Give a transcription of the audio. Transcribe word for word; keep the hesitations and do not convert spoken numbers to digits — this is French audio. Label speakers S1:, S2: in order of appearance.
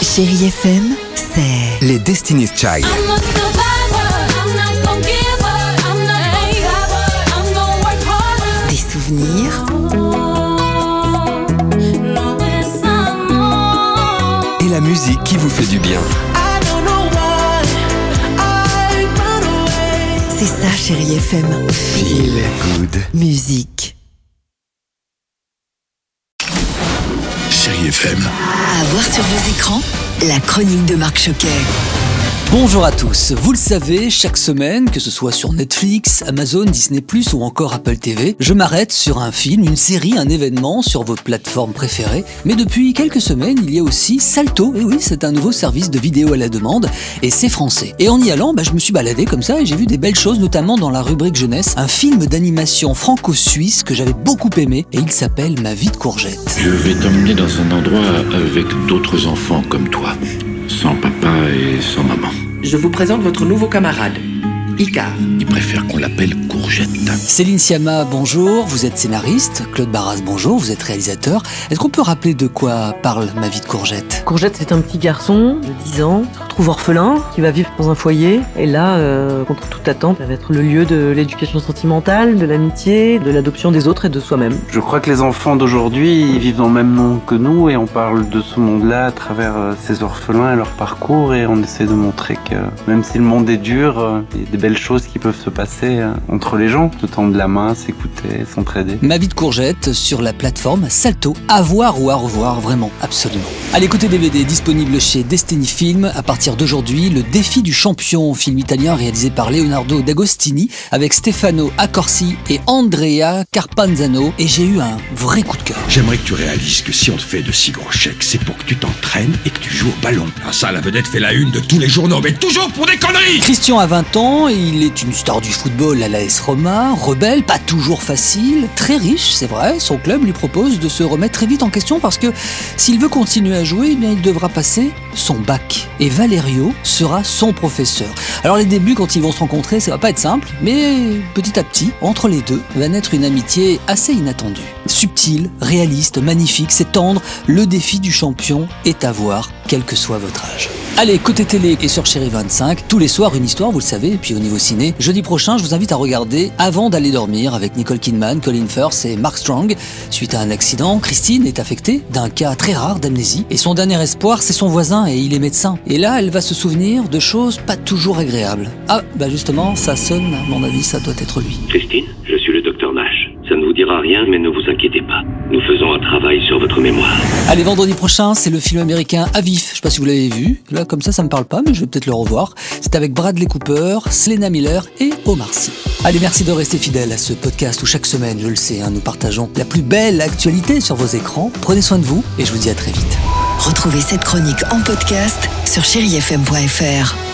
S1: Chérie F M, c'est
S2: les Destiny's Child.
S1: Des souvenirs
S2: Et la musique qui vous fait du bien.
S1: C'est ça, Chérie F M.
S2: Feel good.
S1: Musique.
S3: Chérie F M.
S1: À voir sur vos écrans, la chronique de Marc Choquet.
S4: Bonjour à tous, vous le savez, chaque semaine, que ce soit sur Netflix, Amazon, Disney plus, ou encore Apple T V, je m'arrête sur un film, une série, un événement sur votre plateforme préférée. Mais depuis quelques semaines, il y a aussi Salto, et oui, c'est un nouveau service de vidéo à la demande, et c'est français. Et en y allant, bah, je me suis baladé comme ça et j'ai vu des belles choses, notamment dans la rubrique jeunesse, un film d'animation franco-suisse que j'avais beaucoup aimé, et il s'appelle Ma vie de courgette.
S3: Je vais t'emmener dans un endroit avec d'autres enfants comme toi, sans papa et sans maman.
S5: Je vous présente votre nouveau camarade, Icar.
S3: Il préfère qu'on l'appelle Courgette.
S4: Céline Sciamma, bonjour, vous êtes scénariste. Claude Barras, bonjour, vous êtes réalisateur. Est-ce qu'on peut rappeler de quoi parle Ma vie de courgette ?
S6: Courgette, c'est un petit garçon de dix ans, qui se retrouve orphelin, qui va vivre dans un foyer. Et là, euh, contre toute attente, ça va être le lieu de l'éducation sentimentale, de l'amitié, de l'adoption des autres et de soi-même.
S7: Je crois que les enfants d'aujourd'hui, ils vivent dans le même monde que nous et on parle de ce monde-là à travers euh, ces orphelins et leur parcours et on essaie de montrer que même si le monde est dur, euh, il y a des belles choses qui peuvent se passer euh, entre les gens, se tendre la main, s'écouter, s'entraider.
S4: Ma vie de courgette sur la plateforme Salto. À voir ou à revoir, vraiment, absolument. Allez, côté D V D, disponible chez Destiny Film à partir d'aujourd'hui, Le défi du champion, film italien réalisé par Leonardo D'Agostini avec Stefano Accorsi et Andrea Carpanzano. Et j'ai eu un vrai coup de cœur.
S8: J'aimerais que tu réalises que si on te fait de si gros chèques, c'est pour que tu t'entraînes et que tu joues au ballon. Ah ça, la vedette fait la une de tous les journaux, mais toujours pour des conneries.
S4: Christian a vingt ans et il est une star du football à l'A S Roma, rebelle, pas toujours facile, très riche, c'est vrai. Son club lui propose de se remettre très vite en question parce que s'il veut continuer à jouer, eh bien, il devra passer son bac. Et Valerio sera son professeur. Alors les débuts, quand ils vont se rencontrer, ça va pas être simple, mais petit à petit, entre les deux, va naître une amitié assez inattendue. Subtile, réaliste, magnifique, c'est tendre, le défi du champion est à voir, quel que soit votre âge. Allez, côté télé et sur Chérie vingt-cinq, tous les soirs une histoire, vous le savez, et puis au niveau ciné, jeudi prochain, je vous invite à regarder Avant d'aller dormir avec Nicole Kidman, Colin Firth et Mark Strong. Suite à un accident, Christine est affectée d'un cas très rare d'amnésie et son dernier espoir, c'est son voisin et il est médecin. Et là, elle va se souvenir de choses pas toujours agréables. Ah, bah justement, ça sonne, à mon avis, ça doit être lui.
S9: Christine, je suis le docteur Nash. Ça ne vous dira rien, mais ne vous inquiétez pas. Nous faisons un travail sur votre mémoire.
S4: Allez, vendredi prochain, c'est le film américain À vif. Je sais pas si vous l'avez vu. Là, comme ça, ça me parle pas, mais je vais peut-être le revoir. C'est avec Bradley Cooper, Selena Miller et Omar Sy. Allez, merci de rester fidèle à ce podcast où chaque semaine, je le sais, hein, nous partageons la plus belle actualité sur vos écrans. Prenez soin de vous et je vous dis à très vite.
S1: Retrouvez cette chronique en podcast sur chéri f m point f r.